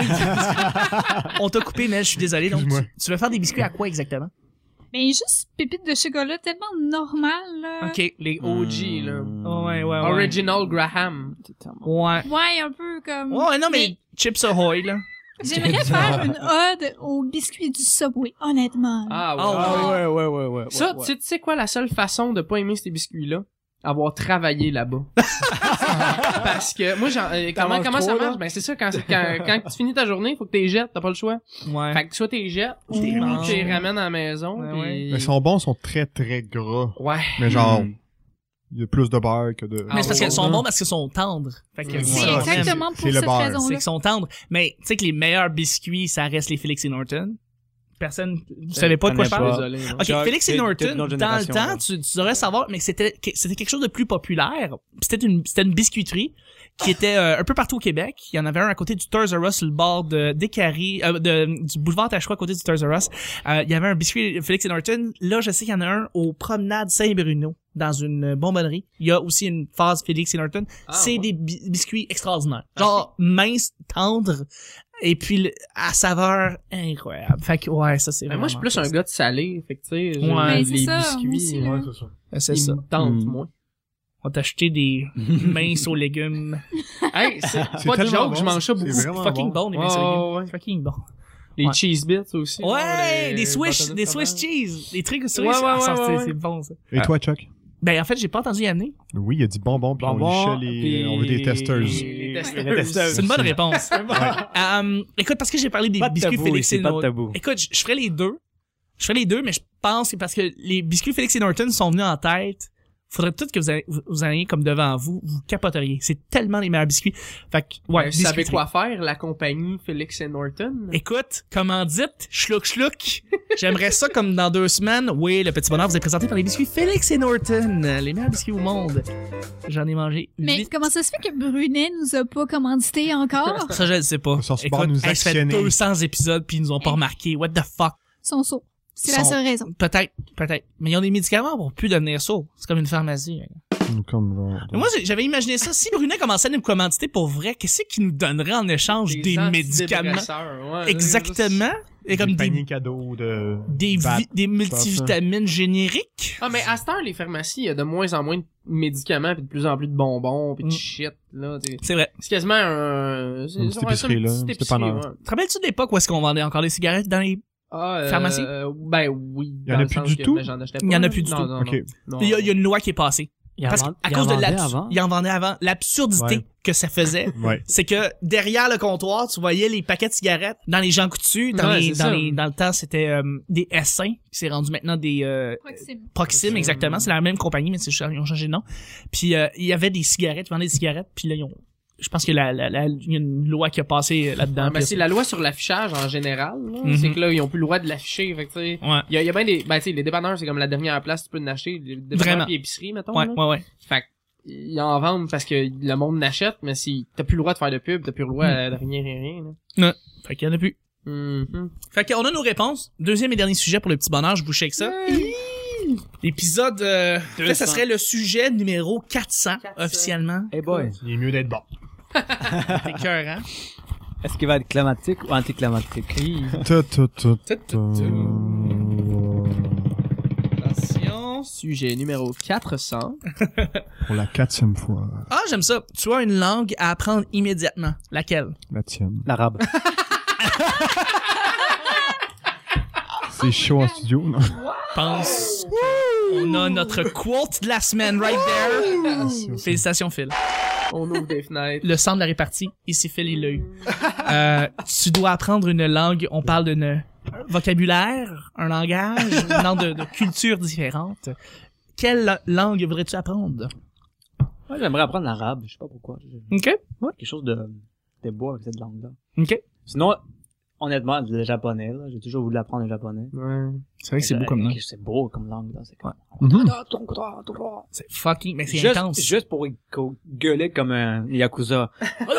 On t'a coupé, Mel, je suis désolé. Donc, Excuse-moi. tu veux faire des biscuits à quoi exactement? Ben, juste pépites de chocolat tellement normal, là. OK. les OG, là. Ouais, ouais, ouais. Original Graham. Ouais. Ouais, un peu comme... Ouais, non, mais Chips Ahoy, là. J'aimerais faire une ode aux biscuits du Subway, honnêtement. Ah, ouais. Oh, ouais. ouais. Ça, tu sais quoi, la seule façon de pas aimer ces biscuits-là? Avoir travaillé là-bas. Parce que, moi, comment manges ça trop, marche? là? Ben, c'est ça, quand tu finis ta journée, faut que t'es jettes, t'as pas le choix. Ouais. Fait que soit t'es jettes, ou T'es manges. tu les ramènes à la maison, Ouais, pis... ouais. Mais ils sont bons, ils sont très, très gras. Ouais. Mais genre, Mm. il y a plus de beurre que de... Mais c'est parce ouais. qu'ils sont bons parce qu'ils sont tendres. Fait que C'est Voilà. exactement pour C'est le cette beurre. c'est raison-là. qu'ils sont tendres. Mais tu sais que les meilleurs biscuits, ça reste les Felix et Norton. Personne, vous savez pas de quoi je parle? Désolé. non. Ok, Chuck, Felix et t'es Norton, de notre dans le génération, temps, là. tu devrais savoir, mais c'était quelque chose de plus populaire. Puis c'était une biscuiterie qui était un peu partout au Québec. Il y en avait un à côté du Toys R Us sur le bord de Décarie, du boulevard Tachereau à côté du Toys R Us. Il y avait un biscuit Felix et Norton. Là, je sais qu'il y en a un aux promenades Saint-Bruno dans une bonbonnerie. Il y a aussi une phase Felix et Norton. Ah, C'est ouais. des biscuits extraordinaires. Genre minces, tendres, et puis à saveur incroyable. Fait que ouais, ça c'est Mais vraiment moi, je suis plus un gars de salé, fait que tu sais, j'ai Ouais. Ben, c'est les ça, moi biscuits, aussi, là. Ouais, c'est ça. C'est ils ça. me tentent, Mm. moi. On t'a acheté des minces aux légumes. Hey, c'est C'est pas de tellement joke, je bon, mange ça c'est beaucoup. vraiment Fucking bon, les minces aux Ouais, légumes. ouais. Fucking bon. Les Ouais. cheese bits aussi. Ouais, les des Swiss bâtonnets de des Swiss fromage. cheese. Des trucs Swiss. Ouais, ouais, Ah, ça, ouais, c'est ouais. c'est bon, ça. Et toi, Chuck? Ben, en fait, j'ai pas entendu y amener. Oui, il a dit bonbons, puis on Bonbons, lichait puis on veut des testers. Les testeuse. C'est une bonne réponse. Écoute, parce que j'ai parlé des Pas de biscuits tabou Félix ici, et pas de Norton. tabou. Écoute, je ferais les deux. Mais je pense que c'est parce que les biscuits Félix et Norton sont venus en tête. Faudrait tout que vous ayez comme devant vous capoteriez. C'est tellement les meilleurs biscuits. Fait que, ouais, Vous savez biscuiterie. quoi faire, la compagnie Félix et Norton? Écoute, comment dites, schlouk. J'aimerais ça comme dans 2 semaines. Oui, le petit bonheur vous est présenté par les biscuits Félix et Norton. Les meilleurs biscuits au monde. J'en ai mangé Mais 8. comment ça se fait que Brunet nous a pas commandité encore? Ça, je le sais pas. Ils sont Écoute, supposés nous ça fait actionner. 200 épisodes puis ils nous ont pas remarqué. What the fuck? Son saut. C'est la Son- seule raison. Peut-être. Mais ils ont des médicaments pour plus devenir sourds. C'est comme une pharmacie. Mais moi, j'avais imaginé ça. Si Brunet commençait à nous commanditer pour vrai, qu'est-ce qu'il nous donnerait en échange des médicaments? Ouais, Exactement. Et comme des des paniers cadeaux de... des multivitamines génériques. Ah, mais à cette heure, les pharmacies, il y a de moins en moins de médicaments puis de plus en plus de bonbons puis de shit, là. C'est vrai. C'est quasiment un... Une petite épicerie, là. Une petite dépanneur. ouais. Te rappelles-tu de l'époque où est-ce qu'on vendait encore des cigarettes dans les... Pharmacie? Ben oui. Il y en a dans le plus sens du que, tout? ben, j'en achetais Il y en pas, a plus du non, tout. non, Ok. non. Il y a une loi qui est passée. Parce qu'à cause de avant. il en vendait avant. L'absurdité Ouais. que ça faisait, Ouais. c'est que derrière le comptoir, tu voyais les paquets de cigarettes dans les Jean Coutu, dans Ouais, c'est ça. le temps, c'était des S1, qui s'est rendu maintenant des Proxime. Proxime, exactement. C'est la même compagnie, mais ils ont changé de nom. Puis il y avait des cigarettes, ils vendaient des cigarettes, puis là, je pense que il y a une loi qui a passé là-dedans. Ah, ben, Puis c'est la loi sur l'affichage en général, là. Mhm. C'est que là, ils ont plus le droit de l'afficher, fait que tu sais. Ouais. Il y a bien des, ben, tu sais, les dépanneurs, c'est comme la dernière place, tu peux en acheter. Les dépanneurs Vraiment. pis épiceries, mettons. Ouais, là. ouais. Fait que, ils en vendent parce que le monde n'achète, mais si t'as plus le droit de faire de pub, t'as plus le droit de rien, là. Fait qu'il y en a plus. Mhm. Fait qu'on a nos réponses. Deuxième et dernier sujet pour le petit bonheur, je vous shake ça. L'épisode, ça serait le sujet numéro 400, 400. officiellement. Hey boy, Il est mieux d'être bon. C'est cœur, hein? est-ce qu'il va être climatique ou anticlimatique? Attention. Sujet numéro 400. Pour la 4e fois. Ah, j'aime ça. Tu as une langue à apprendre immédiatement. Laquelle? La tienne. L'arabe. C'est chaud en studio, non? Pense. On a notre quote de la semaine right there. Félicitations, Phil. On ouvre des fenêtres. Le centre de la répartie. Ici, Phil, il l'a eu. Tu dois apprendre une langue. On parle d'un vocabulaire, un langage, une langue de cultures différentes. Quelle langue voudrais-tu apprendre? Moi, j'aimerais apprendre l'arabe, je sais pas pourquoi. OK. Ouais, quelque chose de beau avec cette langue-là. OK. Sinon, honnêtement, le japonais, là, j'ai toujours voulu apprendre le japonais. Ouais. C'est vrai que c'est beau comme langue. C'est beau comme langue, là. C'est comme... C'est fucking, mais c'est Juste, intense. juste pour gueuler comme un yakuza.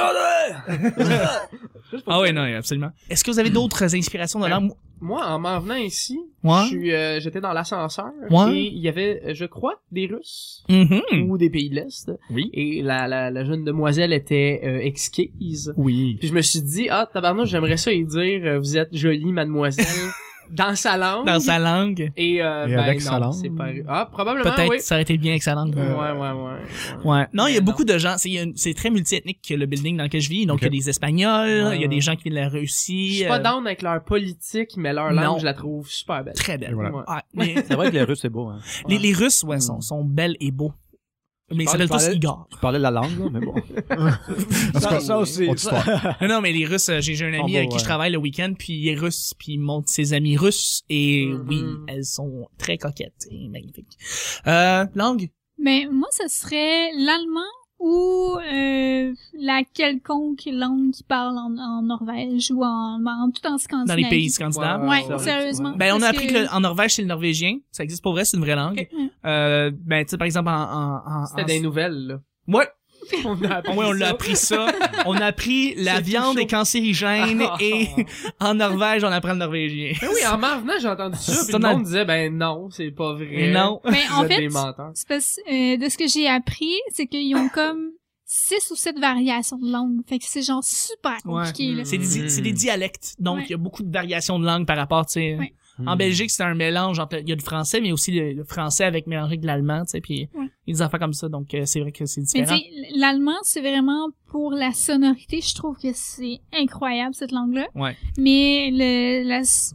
Ah ouais, non, absolument. Est-ce que vous avez d'autres inspirations de langue? Moi, en m'en venant ici, Ouais. j'étais dans l'ascenseur Ouais. et il y avait, je crois, des Russes Mhm. ou des pays de l'Est. Oui. Et la jeune demoiselle était exquise. Oui. Puis je me suis dit, ah, tabarnouche, j'aimerais ça y dire, vous êtes jolie, mademoiselle, dans sa langue. Dans sa langue. Et avec non, sa langue. c'est pas... Ah, probablement, Peut-être, oui. ça aurait été bien avec sa langue. Ouais. Non, il y a Mais beaucoup de gens. C'est très multiethnique le building dans lequel je vis. Donc, Ok. il y a des Espagnols, Ouais, il y a des ouais. gens qui viennent de la Je Russie. suis pas down avec leur politique, mais leur non. langue, je la trouve super belle. Très belle. Et voilà. Ouais. Ouais, mais C'est vrai que les Russes, c'est beau, hein. les Russes, ouais, sont belles et beaux. Mais ils Je s'appellent tous parlais- Igor. Je parlais de la langue, là, mais bon. Ça aussi. autre histoire. Non, mais les Russes, j'ai un ami Oh, avec qui ouais. je travaille le week-end, puis il est russe, puis il montre ses amis russes, et Mhm. oui, elles sont très coquettes et magnifiques. Langue? Mais moi, ce serait l'allemand ou la quelconque langue qui parle en Norvège ou tout en Dans Scandinavie. les pays scandinaves? Ouais, Ouais, sérieusement. Ben, on a Parce appris que en Norvège, c'est le norvégien. Ça existe pour vrai, c'est une vraie langue. Ok. Ben, tu sais, par exemple, C'était des nouvelles, là. Ouais. On a appris Ouais, on l'a ça. appris ça. On a appris la C'est tout viande chaud. est cancérigène et en Norvège, on apprend le norvégien. Ben oui, en m'en venant, j'ai entendu ça, C'est puis le dans- monde disait, ben non, c'est pas vrai. Et non. Mais Vous en êtes fait, des menteurs. c'est parce, de ce que j'ai appris, c'est qu'ils ont comme 6 ou 7 variations de langue. Fait que c'est genre super compliqué, là. C'est des dialectes. Donc, Ouais. il y a beaucoup de variations de langue par rapport, tu sais. Ouais. En Belgique, c'est un mélange entre, il y a du français, mais aussi le français avec mélangé avec de l'allemand, tu sais, puis Ouais. il y a des affaires comme ça. Donc, c'est vrai que c'est Mais différent. tu sais, l'allemand, c'est vraiment pour la sonorité. Je trouve que c'est incroyable, cette langue-là. Ouais. Mais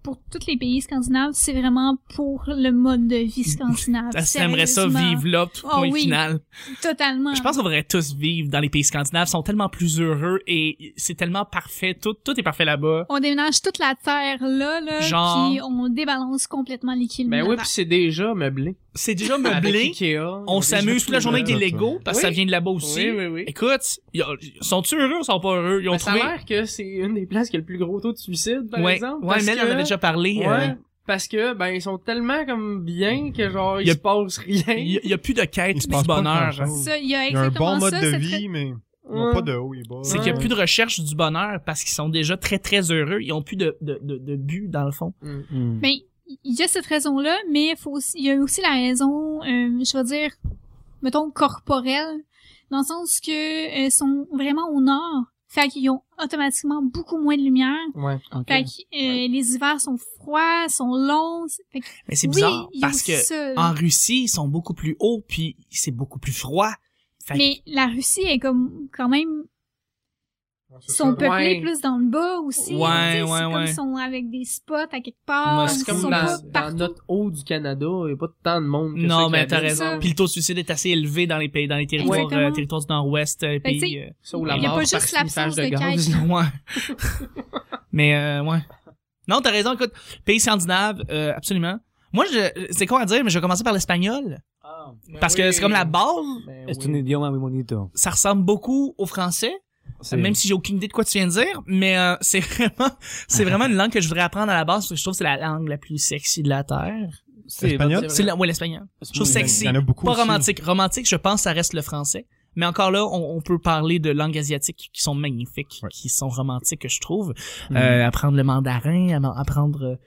pour tous les pays scandinaves, c'est vraiment pour le mode de vie scandinave. T'aimerais ça Sérieusement. vivre là, tout point oui. final. Totalement. Je pense qu'on devrait tous vivre dans les pays scandinaves, ils sont tellement plus heureux et c'est tellement parfait, tout est parfait là-bas. On déménage toute la terre là, Genre- puis on débalance complètement l'équilibre. Ben oui, là-bas. puis c'est déjà meublé. C'est déjà Avec meublé, Ikea. on s'amuse toute la journée avec des Ouais. Legos, parce que ça Oui. vient de là-bas aussi. Oui. Écoute, sont-ils heureux ou sont pas heureux? Ils ont Ben, ça trouvé... a l'air que c'est une des places qui a le plus gros taux de suicide, par Ouais, exemple. ouais, parce Mel en que- avait déjà parlé. Ouais, parce que, ben, ils sont tellement comme bien que genre, Il y a- il se passe rien. Il y a plus de quête Il se du passe pas bonheur. grand-chose. Ça, il y a Il y a un exactement bon mode ça, de c'est vie, très- mais ils n'ont Ouais. pas de haut et bas. C'est qu'il y a plus de recherche du bonheur parce qu'ils sont déjà très très heureux. Ils ont plus de but dans le fond. Hmm. Ben, il y a cette raison-là, mais il y a aussi la raison, je vais dire, mettons, corporelle, dans le sens que sont vraiment au nord. Fait qu'ils ont automatiquement beaucoup moins de lumière. Ouais. Ok. Fait que les hivers sont froids, sont longs. Fait que, Mais c'est oui, bizarre il y a parce aussi que ça, là. en Russie, ils sont beaucoup plus hauts puis c'est beaucoup plus froid. Fait que- Mais la Russie est comme quand même sont peuplés Ouais. plus dans le bas aussi. Ouais, Tu sais, ouais, c'est comme ouais. ils sont avec des spots à quelque part. Ouais, ils c'est C'est comme sont dans- pas dans partout. notre haut du Canada, il n'y a pas tant de monde que Non, ça mais qui t'as habite. raison. ça. Puis le taux de suicide est assez élevé dans les pays, dans les territoires, Exactement. territoires du Nord-Ouest, Fait que, pays. tu sais, Ça ou la Il y a mort pas par juste l'absence sniffage de gaz. quête. Ouais. Mais ouais. Non, t'as raison. Écoute, pays scandinaves, absolument. Moi, c'est quoi à dire, mais je vais commencer par l'espagnol parce que c'est comme la base. Ben C'est oui. un idioma muy bonito. Ça ressemble beaucoup au français. Même si j'ai aucune idée de quoi tu viens de dire, mais c'est vraiment une langue que je voudrais apprendre à la base parce que je trouve que c'est la langue la plus sexy de la terre. c'est Espagnol? c'est C'est vrai. ouais, l'espagnol. Je trouve Il y sexy. en a beaucoup Pas aussi. romantique. Romantique, je pense, ça reste le français. Mais encore là, on peut parler de langues asiatiques qui sont magnifiques, Ouais. qui sont romantiques, je trouve. Mhm. Apprendre le mandarin, apprendre...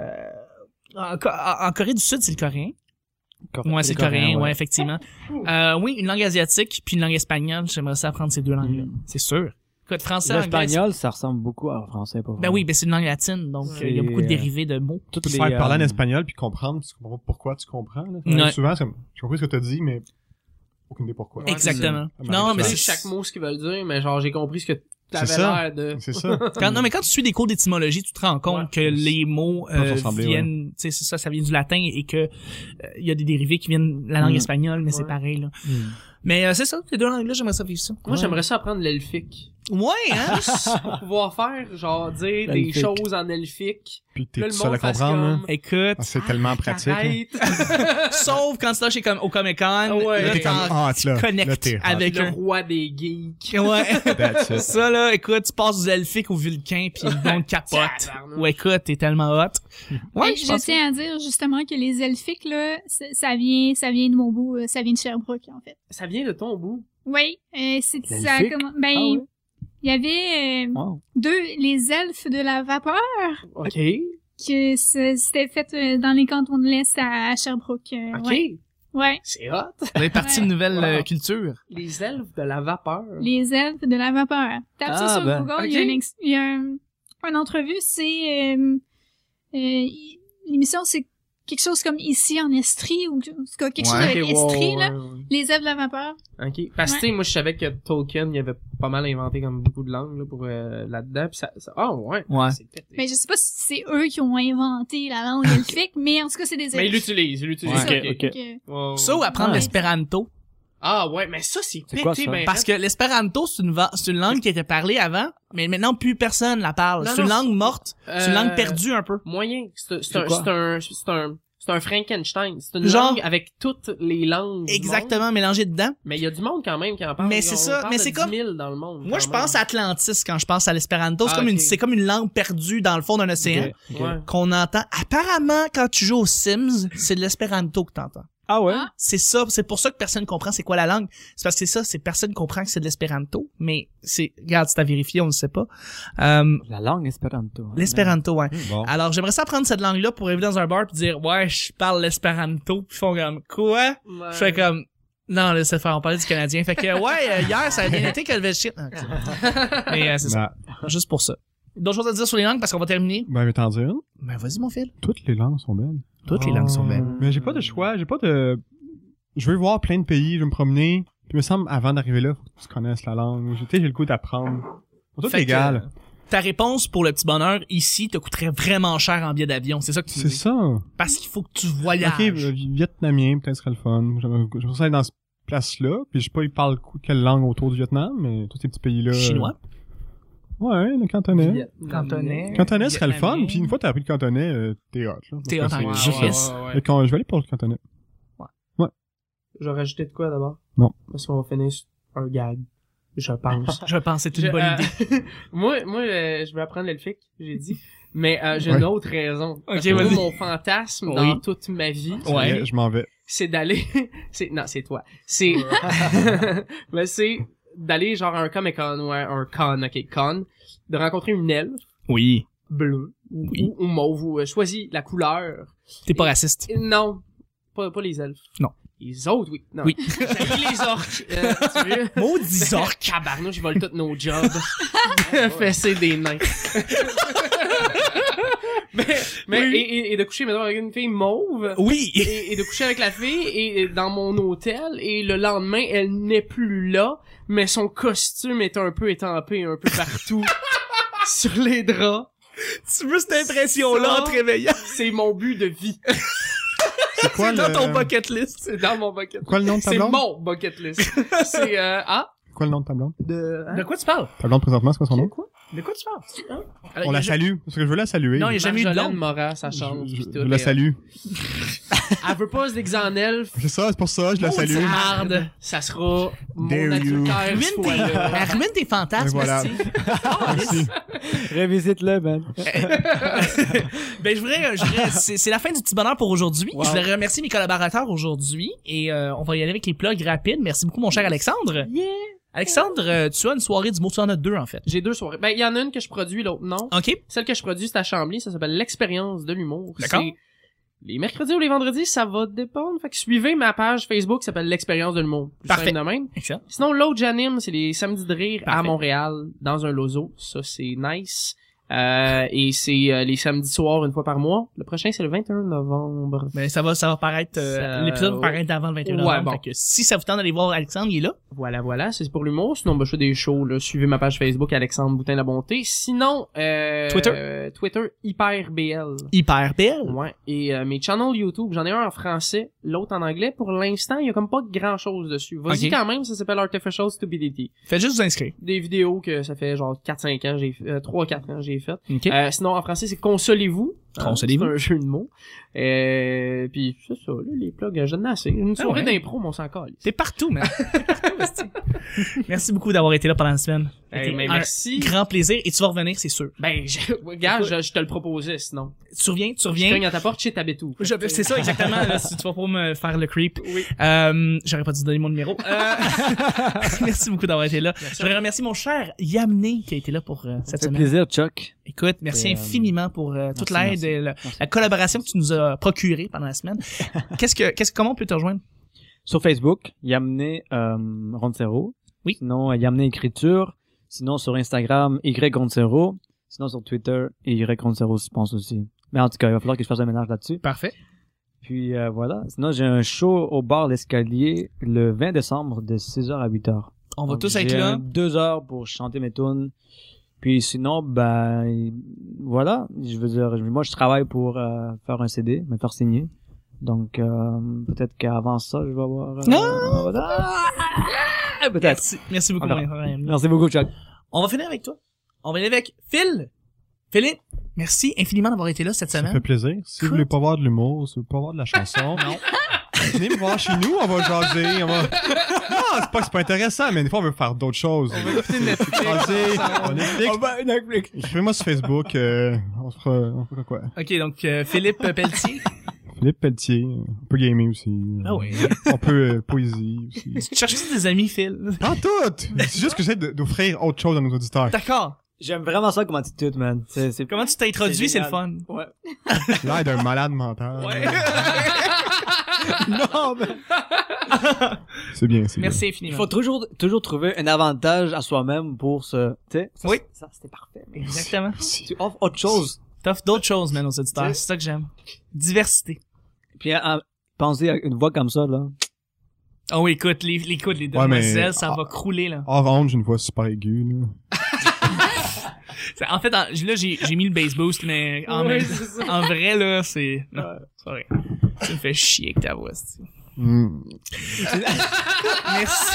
en Corée du Sud, c'est le coréen. Ouais, c'est le coréen, ouais, effectivement. Oui, une langue asiatique puis une langue espagnole, j'aimerais ça apprendre ces deux langues-là. C'est sûr. Écoute, français, anglais... L'espagnol, ça ressemble beaucoup au français, pas Ben oui, ben c'est une langue latine, donc C'est, il y a beaucoup de euh, dérivés de mots. Toutes Tu peux les, faire parler en euh, espagnol puis comprendre, tu comprends pas pourquoi tu comprends. Là. Ouais. Souvent, c'est comme, j'ai compris ce que t'as dit, mais aucune idée pourquoi. Ouais, Exactement. c'est ça. Non, mais Tu c'est sais chaque mot ce qu'ils veulent dire, mais genre j'ai compris ce que t'avais C'est ça. l'air de. C'est ça. Non, mais quand tu suis des cours d'étymologie, tu te rends compte Ouais. que les mots Peuvent se ressembler, viennent, tu sais, c'est ça vient du latin et que il y a des dérivés qui viennent de la langue espagnole, mais c'est Ouais. pareil là. hmm. Mais c'est ça, ces deux langues-là, j'aimerais ça vivre ça. Moi j'aimerais ça apprendre l'elfique. Ouais, hein. Pour pouvoir faire, genre dire des L'elfique. choses en elfique. Puis t'es Là, tout le seul à monde fasse comprendre. comme- Hein. Écoute, Ah, c'est tellement pratique. Hein. Arrête. sauf quand tu lâches au Comic-Con, Ah ouais. là, Là, t'es comme, ah, tu là, là, connectes t'es hot. avec Le un... roi des geeks. Ouais. That's it. Ça, là, écoute, tu passes du elfique au vulcain pis le monde capote. Tabarnak. Ouais, écoute, t'es tellement hot. Ouais, Hey, je je pense que- tiens à dire justement que les elfiques là, ça vient de mon bout, ça vient de Sherbrooke en fait. Ça vient de ton bout. Oui, c'est ça L'elfique? comme Ah ouais? il y avait Wow. les elfes de la vapeur Ok. que c'était fait dans les cantons de l'Est à Sherbrooke. Ok. Ouais. Ouais, C'est hot. Vous avez parti Ouais. une nouvelle Wow. culture. Les elfes de la vapeur. les elfes de la vapeur. Tape ça Ah, sur ben. Google, Ok. il y a une entrevue, c'est l'émission c'est quelque chose comme Ici en Estrie ou en tout cas, quelque chose Ouais. avec Ok, Estrie ouais, là. ouais, ouais. Les elfes de la vapeur. Ok. Parce que, tu sais, moi, je savais que Tolkien, il avait pas mal inventé comme beaucoup de langues, là, pour, là-dedans. Pis ça, ah, ouais. Ouais. C'est pété. Mais je sais pas si c'est eux qui ont inventé la langue elfique, mais en tout cas c'est des elfes. Mais il l'utilise. Ouais. C'est Ok. ça. Ouais, ouais. Ça ou apprendre Ouais. l'espéranto. Ah, ouais, mais ça, c'est pété, quoi, ça? ben, Parce que l'espéranto, c'est une langue qui était parlée avant, mais maintenant plus personne la parle. Non, C'est une non, langue morte. C'est une langue perdue un peu. Moyen. C'est C'est quoi? un Frankenstein. C'est une Genre- langue avec toutes les langues. du monde. Exactement, mélangé dedans. Mais il y a du monde quand même qui en parle. Mais c'est On ça, parle mais de c'est 10 comme- 000 dans le monde. Moi, quand je même. pense à Atlantis quand je pense à l'espéranto. C'est Ah, comme ok. c'est comme une langue perdue dans le fond d'un océan Ok. Ouais. qu'on entend. Apparemment, quand tu joues aux Sims, c'est de l'espéranto que t'entends. Ah ouais? Ah. C'est ça, c'est pour ça que personne comprend c'est quoi la langue. C'est parce que c'est ça, c'est personne comprend que c'est de l'espéranto, mais regarde, c'est à vérifier, on ne sait pas. La langue espéranto. hein. L'espéranto, ouais. Bon. Alors, j'aimerais ça apprendre cette langue-là pour arriver dans un bar puis dire, ouais, je parle l'espéranto. Puis ils font comme, quoi? Ouais. Je fais comme, non, laissez faire, on parlait du Canadien. Fait que, hier, ça a bien été que le shit. Ah, ok. Mais c'est ça, juste pour ça. D'autres choses à dire sur les langues parce qu'on va terminer? Ben, je vais t'en dire une. Ben, vas-y, mon fil. Toutes les langues sont belles. Toutes les langues sont belles. Mais j'ai pas de choix, j'ai pas de... Je veux voir plein de pays, je veux me promener. Puis il me semble, avant d'arriver là, faut que tu connaisses la langue. J'ai le goût d'apprendre. Pour tout Fait que, égal. ta réponse pour le petit bonheur ici te coûterait vraiment cher en billet d'avion. C'est ça que tu C'est dis. ça. Parce qu'il faut que tu voyages. Ok, vietnamien, peut-être serait le fun. J'aimerais ça aller dans cette place-là. Puis je sais pas, ils parlent quelle langue autour du Vietnam, mais tous ces petits pays-là. Chinois. Ouais, le cantonais. Cantonais. Cantonais serait le fun. Vietnamien. Puis une fois que t'as appris le cantonais, t'es hot, là. T'es hot, Parce que hein. c'est- Yes. Mais quand je vais aller pour le cantonais. Je vais rajouter de quoi d'abord? Non. Parce qu'on va finir sur un gag. Je pense. Je pense que c'est une bonne idée. moi, je vais apprendre l'elfique, j'ai dit. Mais j'ai Ouais. une autre raison. Parce Ok, que moi, vas-y. mon fantasme Oui. dans toute ma vie, Ouais. Je m'en vais. c'est d'aller... Non, c'est toi. C'est... Mais c'est d'aller genre à un Comic-Con ou à un con, de rencontrer une elfe Oui. bleue Oui. ou mauve ou choisis la couleur. T'es pas raciste. Non, pas les elfes. Non. Les autres, oui. Non. Oui. J'haïs les orques. Tu veux? Maudit orques. Tabarnouche, ils volent tous nos jobs. Fesser des nains. mais Oui. et de coucher maintenant avec une fille mauve. Oui. Et de coucher avec la fille et dans mon hôtel et le lendemain elle n'est plus là mais son costume est un peu étampé un peu partout sur les draps. Tu veux cette impression-là en te réveillant? C'est mon but de vie. C'est quoi C'est dans le... ton bucket list. C'est dans mon bucket list. Quoi le nom de ta C'est blonde? mon bucket list. C'est Quoi le nom de ta blonde? De quoi tu parles? Ta blonde présentement, c'est quoi son nom? quoi? De quoi tu parles? On la salue. Parce que je veux la saluer. Non, il y a jamais eu de Marjolaine blonde. Morin, sa chance. Je pis tout, la et, salue. Elle veut pas se déguiser en elfe. C'est ça, c'est pour ça, je la Maudite salue. marde. Ça sera mon Dare you. adultère Ruine soit tes, là. elle ruine tes fantasmes, Et voilà. esti. Merci. Révisite-le, man. Ben, c'est la fin du petit bonheur pour aujourd'hui. Je voudrais remercier mes collaborateurs aujourd'hui et on va y aller avec les plugs rapides. Merci beaucoup, mon cher Alexandre. Yeah. Alexandre, tu as une soirée du mot, tu en as deux, en fait. J'ai 2 soirées. Ben, il y en a une que je produis, l'autre non. OK? Celle que je produis, c'est à Chambly, ça s'appelle l'expérience de l'humour. D'accord. C'est les mercredis ou les vendredis, ça va dépendre. Fait que suivez ma page Facebook qui s'appelle l'expérience de l'humour. Plus Parfait. simple de même. Excellent. Sinon, l'autre j'anime, c'est les samedis de rire à Parfait. Montréal, dans un lozo. Ça, c'est nice. Et c'est les samedis soirs, une fois par mois. Le prochain, c'est le 21 novembre. Ben, ça va paraître, l'épisode va paraître avant le 21 novembre. Ouais, bon. Fait que si ça vous tente d'aller voir Alexandre, il est là. Voilà, c'est pour l'humour. Sinon, ben, je fais des shows, là. Suivez ma page Facebook, Alexandre Boutin La Bonté. Sinon, Twitter, HyperBL. Hyper belle. Ouais. Et mes channels YouTube, j'en ai un en français, l'autre en anglais. Pour l'instant, il y a comme pas grand chose dessus. Vas-y Ok. quand même, ça s'appelle Artificial Stupidity. Faites juste vous inscrire. Des vidéos que ça fait genre 4-5 ans, 3-4 ans j'ai fait. OK? Sinon, en français, c'est Consolez-vous. Consolez-vous. C'est un jeu de mots. Puis c'est ça, là, les plugs, j'en ai assez. Une soirée ouais. d'impro, mon sang calisse. T'es partout, man. T'es partout, esti. Merci beaucoup d'avoir été là pendant la semaine. Hey, mais Un merci. grand plaisir. Et tu vas revenir, c'est sûr. Ben, regarde, je te le proposais, sinon. Tu reviens. Je cogne à ta porte, chez t'habites où? C'est ça, exactement. Là, si tu vas pas me faire le creep. Oui. J'aurais pas dû donner mon numéro. Merci beaucoup d'avoir été là. Je voudrais remercier mon cher Yamné qui a été là pour cette Ça fait semaine. plaisir, Chuck. Écoute, merci Et, infiniment pour toute l'aide merci. et la collaboration que tu nous as procurée pendant la semaine. Comment on peut te rejoindre? Sur Facebook, Yamné Roncero. Oui. Sinon, Yamné Écriture. Sinon, sur Instagram, Y Roncero. Sinon, sur Twitter, Y Roncero, je pense aussi. Mais en tout cas, il va falloir que je fasse un ménage là-dessus. Parfait. Puis voilà. Sinon, j'ai un show au bar L'Escalier le 20 décembre de 6h à 8h. On va Donc, tous être j'ai là. 2 heures pour chanter mes tunes. Puis sinon, ben, voilà. Je veux dire, moi, je travaille pour faire un CD, me faire signer. Donc, peut-être qu'avant ça, je vais avoir... peut-être. Merci beaucoup. On verra. Yamné. Merci beaucoup, Chuck. On va finir avec toi. On va aller avec Phil. Philippe, merci infiniment d'avoir été là cette Ça semaine. fait plaisir. Si vous voulez pas voir de l'humour, si vous voulez pas voir de la chanson, Non. venez me voir chez nous, on va jaser, on va... Non, c'est pas intéressant, mais des fois, on veut faire d'autres choses. On va écouter Netflix. Jaser, ensemble. Netflix. Écrivez-moi sur Facebook, on fera quoi? OK, donc Philippe Pelletier. Philippe Pelletier, on peut gamer aussi. Ah oui. On peut poésie aussi. Tu cherches aussi des amis, Phil. Pas tout! C'est juste que j'essaie d'offrir autre chose à nos auditeurs. D'accord. J'aime vraiment ça comme attitude, man. C'est... Comment tu t'es introduit, c'est le génial. fun. Ouais. L'air d'un malade mental. Ouais. Non, mais... C'est bien, c'est Merci Il infiniment. faut toujours trouver un avantage à soi-même pour se... Tu sais? Oui. Ça, c'était parfait. Exactement. bien. Merci. Tu offres autre chose. T'offres d'autres choses, man, aux auditeurs. C'est ça que j'aime. Diversité. Puis, penser à une voix comme ça, là. Oh oui, écoute, les Ouais, mais- demoiselles, ça va crouler, là. Orange, une voix super aiguë, là. En fait, là, j'ai mis le bass boost, mais en vrai, là, c'est... Non, c'est pas vrai. Tu me fais chier avec ta voix, c'est... Merci.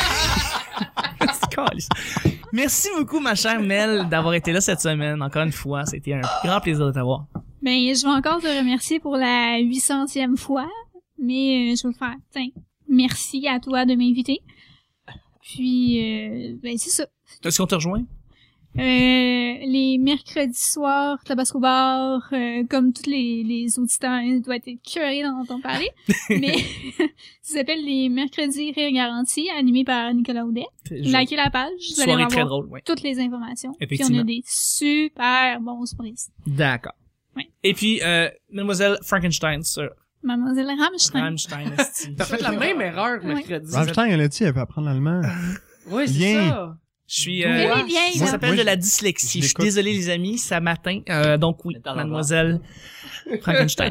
Merci beaucoup, ma chère Mel, d'avoir été là cette semaine. Encore une fois, c'était un grand plaisir de t'avoir. Ben, je vais encore te remercier pour la 800e fois, mais je veux le faire. Tiens, merci à toi de m'inviter. Puis, ben, c'est ça. Est-ce qu'on te rejoint? Les mercredis soirs, Tabasco Bar, comme tous les auditeurs, doit être curé d'en entendre parler. Mais, ça s'appelle les mercredis Rire Garanti, animé par Nicolas Audet. Likez la page, vous allez Soirée très avoir drôle, ouais. toutes les informations. Puis on Effectivement. a des super bons humoristes. D'accord. Ouais. Et puis, Mademoiselle Frankenstein sur Mademoiselle Rammstein. Rammstein, esti. T'as fait la même erreur mercredi. Rammstein, elle a dit, elle veut apprendre l'allemand. Ouais, c'est Bien. ça. Je suis, Elle est vieille, ça là. s'appelle Moi, de je- la dyslexie. je Je suis l'écoute. désolé, les amis, ça m'atteint. Donc oui, Attends, Mademoiselle Frankenstein.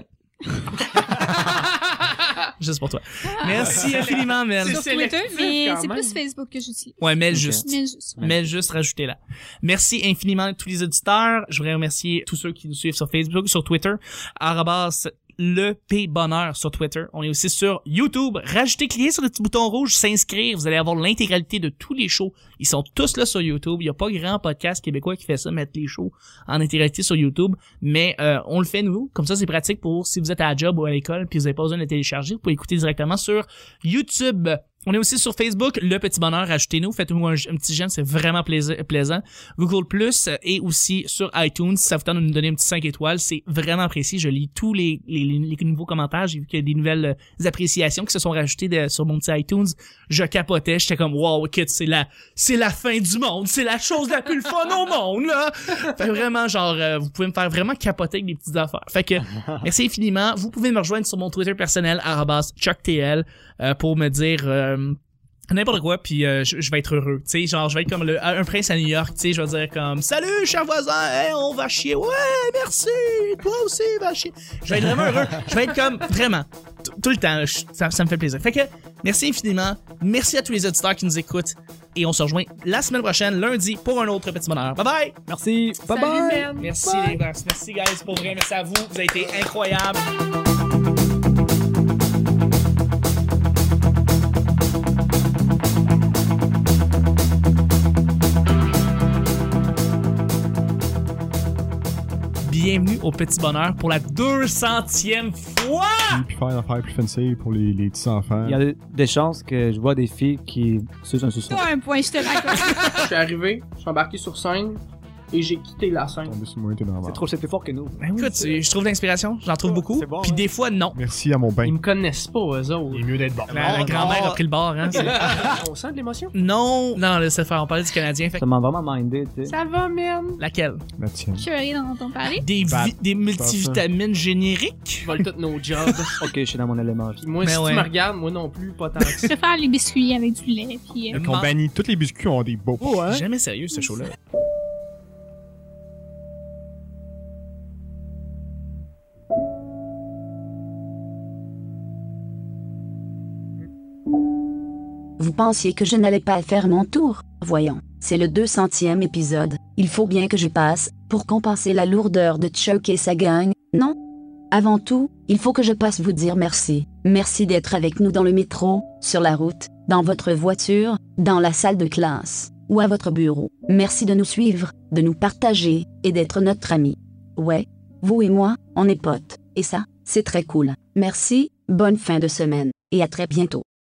Juste pour toi. Merci infiniment, Mel. Sur sélectif, Twitter, mais quand c'est même. plus Facebook que j'utilise. Ouais, Mel Ok. juste. Mais juste. Mais juste rajoutez-la. Merci infiniment à tous les auditeurs. Je voudrais remercier tous ceux qui nous suivent sur Facebook, sur Twitter, @le P Bonheur sur Twitter. On est aussi sur YouTube. Rajoutez, cliquez sur le petit bouton rouge, s'inscrire. Vous allez avoir l'intégralité de tous les shows. Ils sont tous là sur YouTube. Il n'y a pas grand podcast québécois qui fait ça, mettre les shows en intégralité sur YouTube. Mais on le fait nous. Comme ça, c'est pratique pour si vous êtes à la job ou à l'école puis vous n'avez pas besoin de le télécharger. Vous pouvez écouter directement sur YouTube. On est aussi sur Facebook, Le Petit Bonheur, ajoutez-nous, faites-nous un petit j'aime, c'est vraiment plaisant. Google Plus et aussi sur iTunes, si ça vous tente de nous donner un petit 5 étoiles, c'est vraiment apprécié. Je lis tous les nouveaux commentaires, j'ai vu qu'il y a des nouvelles appréciations qui se sont rajoutées sur mon petit iTunes. Je capotais, j'étais comme wow, écoute, c'est la fin du monde, c'est la chose la plus fun au monde là. Fait vraiment genre vous pouvez me faire vraiment capoter avec des petites affaires. Fait que merci infiniment. Vous pouvez me rejoindre sur mon Twitter personnel @ChuckTL pour me dire n'importe quoi, puis je vais être heureux, tu sais, genre je vais être comme un prince à New York, tu sais, je vais dire comme salut cher voisin, hey, on va chier, ouais merci, toi aussi va chier. Je vais être vraiment heureux, je vais être comme vraiment tout le temps, ça me fait plaisir. Fait que merci infiniment, merci à tous les auditeurs qui nous écoutent et on se rejoint la semaine prochaine lundi pour un autre petit bonheur. Bye bye. Merci. Bye Salut, bye. man. Merci Bye. les gars, merci guys pour vrai, merci à vous, vous avez été incroyables. Bienvenue au Petit Bonheur pour la 200e fois! Puis faire une affaire plus fancy pour les petits enfants. Il y a des chances que je vois des filles qui sucent un suçon. Toi, un point, je te l'accorde. Je suis arrivé, je suis embarqué sur scène et j'ai quitté la scène. Tomber sur moi, t'es dans la C'est merde. trop, c'est plus fort que nous. Écoute, je trouve l'inspiration, j'en trouve beaucoup, c'est bon, puis hein. des fois non. Merci à mon bain. Ils me connaissent pas, eux autres. Il est mieux d'être bon. La grand-mère a pris le bord, hein. On sent de l'émotion? Non, laissez faire, on parlait du Canadien, fait que Ça m'a vraiment mindé, tu sais. Ça va, man. laquelle? La tienne. Curé d'en entendre parler. Des multivitamines génériques? Je vole tous nos jobs. Ok, je suis dans mon élément. Puis moi, Mais si ouais. tu me regardes, moi non plus, pas tant que Je ça. préfère les biscuits avec du lait. Puis, Le On bannit. Tous les biscuits ont des beaux. Oh, hein? Jamais sérieux, ce show-là. Vous pensiez que je n'allais pas faire mon tour? Voyons, c'est le 200e épisode, il faut bien que je passe, pour compenser la lourdeur de Chuck et sa gang, non? Avant tout, il faut que je passe vous dire merci. Merci d'être avec nous dans le métro, sur la route, dans votre voiture, dans la salle de classe, ou à votre bureau. Merci de nous suivre, de nous partager, et d'être notre ami. Ouais, vous et moi, on est potes, et ça, c'est très cool. Merci, bonne fin de semaine, et à très bientôt.